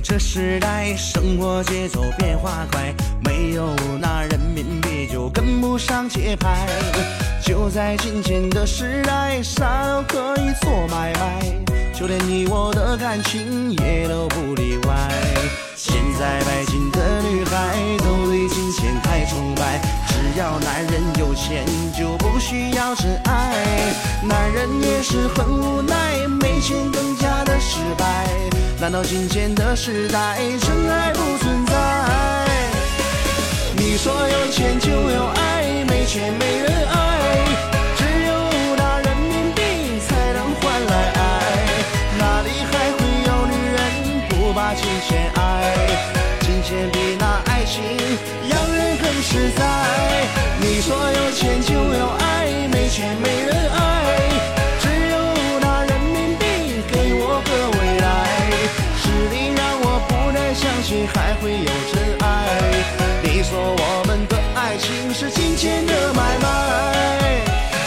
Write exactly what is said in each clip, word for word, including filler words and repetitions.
这时代生活节奏变化快，没有那人民币就跟不上节拍。就在金钱的时代，啥都可以做买卖，就连你我的感情也都不例外。现在拜金的女孩都对金钱太崇拜，只要男人有钱就不需要真爱。男人也是很无奈，没钱更加的失败。难道金钱的时代真爱不存在？你说有钱就有爱，没钱没人爱，只有拿人民币才能换来爱。哪里还会有女人不把金钱爱？金钱比那爱情让人更实在。你说有钱就有爱，没钱没人爱，只有拿人民币给我个未来。是你让我不再相信还会有真爱。你说我们的爱情是金钱的买卖。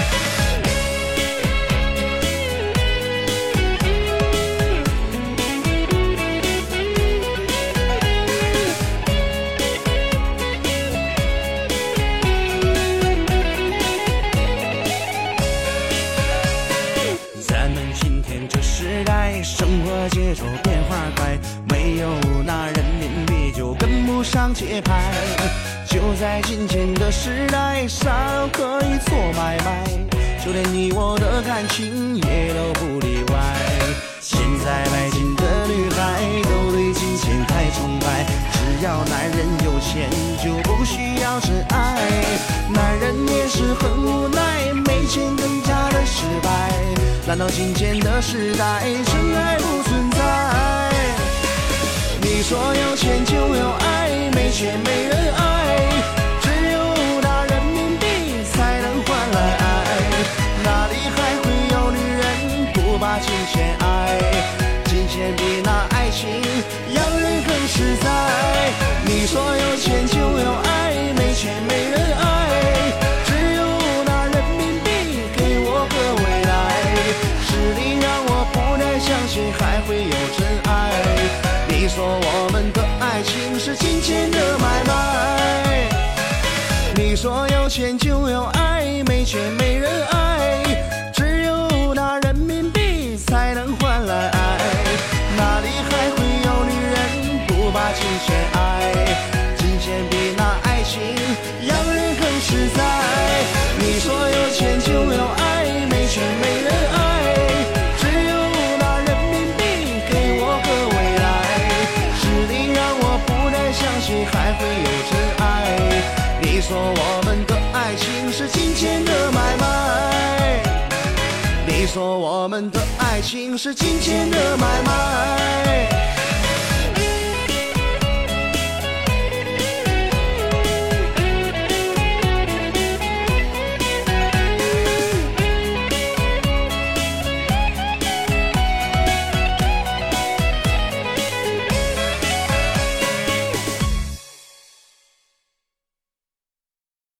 咱们今天这时代生活节奏变化快，没有那人民币就跟不上节拍。就在金钱的时代，啥都可以做买卖，就连你我的感情也都不例外。现在拜金的女孩都对金钱太崇拜，只要男人有钱就不需要真爱。男人也是很无奈，没钱更加的失败。难道金钱的时代真爱不存在？你说有钱就有爱，没钱没人爱，只有拿人民币才能换来爱。哪里还会有女人不把金钱爱？金钱比那爱情让人更实在。你说有钱就有爱，没钱没人爱，只有拿人民币给我个未来。是你让我不再相信还会有真爱。你说我们的爱情是金钱的买卖。你说有钱就有爱，没钱没人爱，只有拿人民币才能换来爱。哪里还会有女人不把金钱爱？金钱比那爱情让人更实在。你说有钱就有爱，没钱没人爱，只有拿人民币给我个未来。是你让我不再相信还会有真爱。你说我们的爱情是金钱的买卖。你说我们的爱情是金钱的买卖。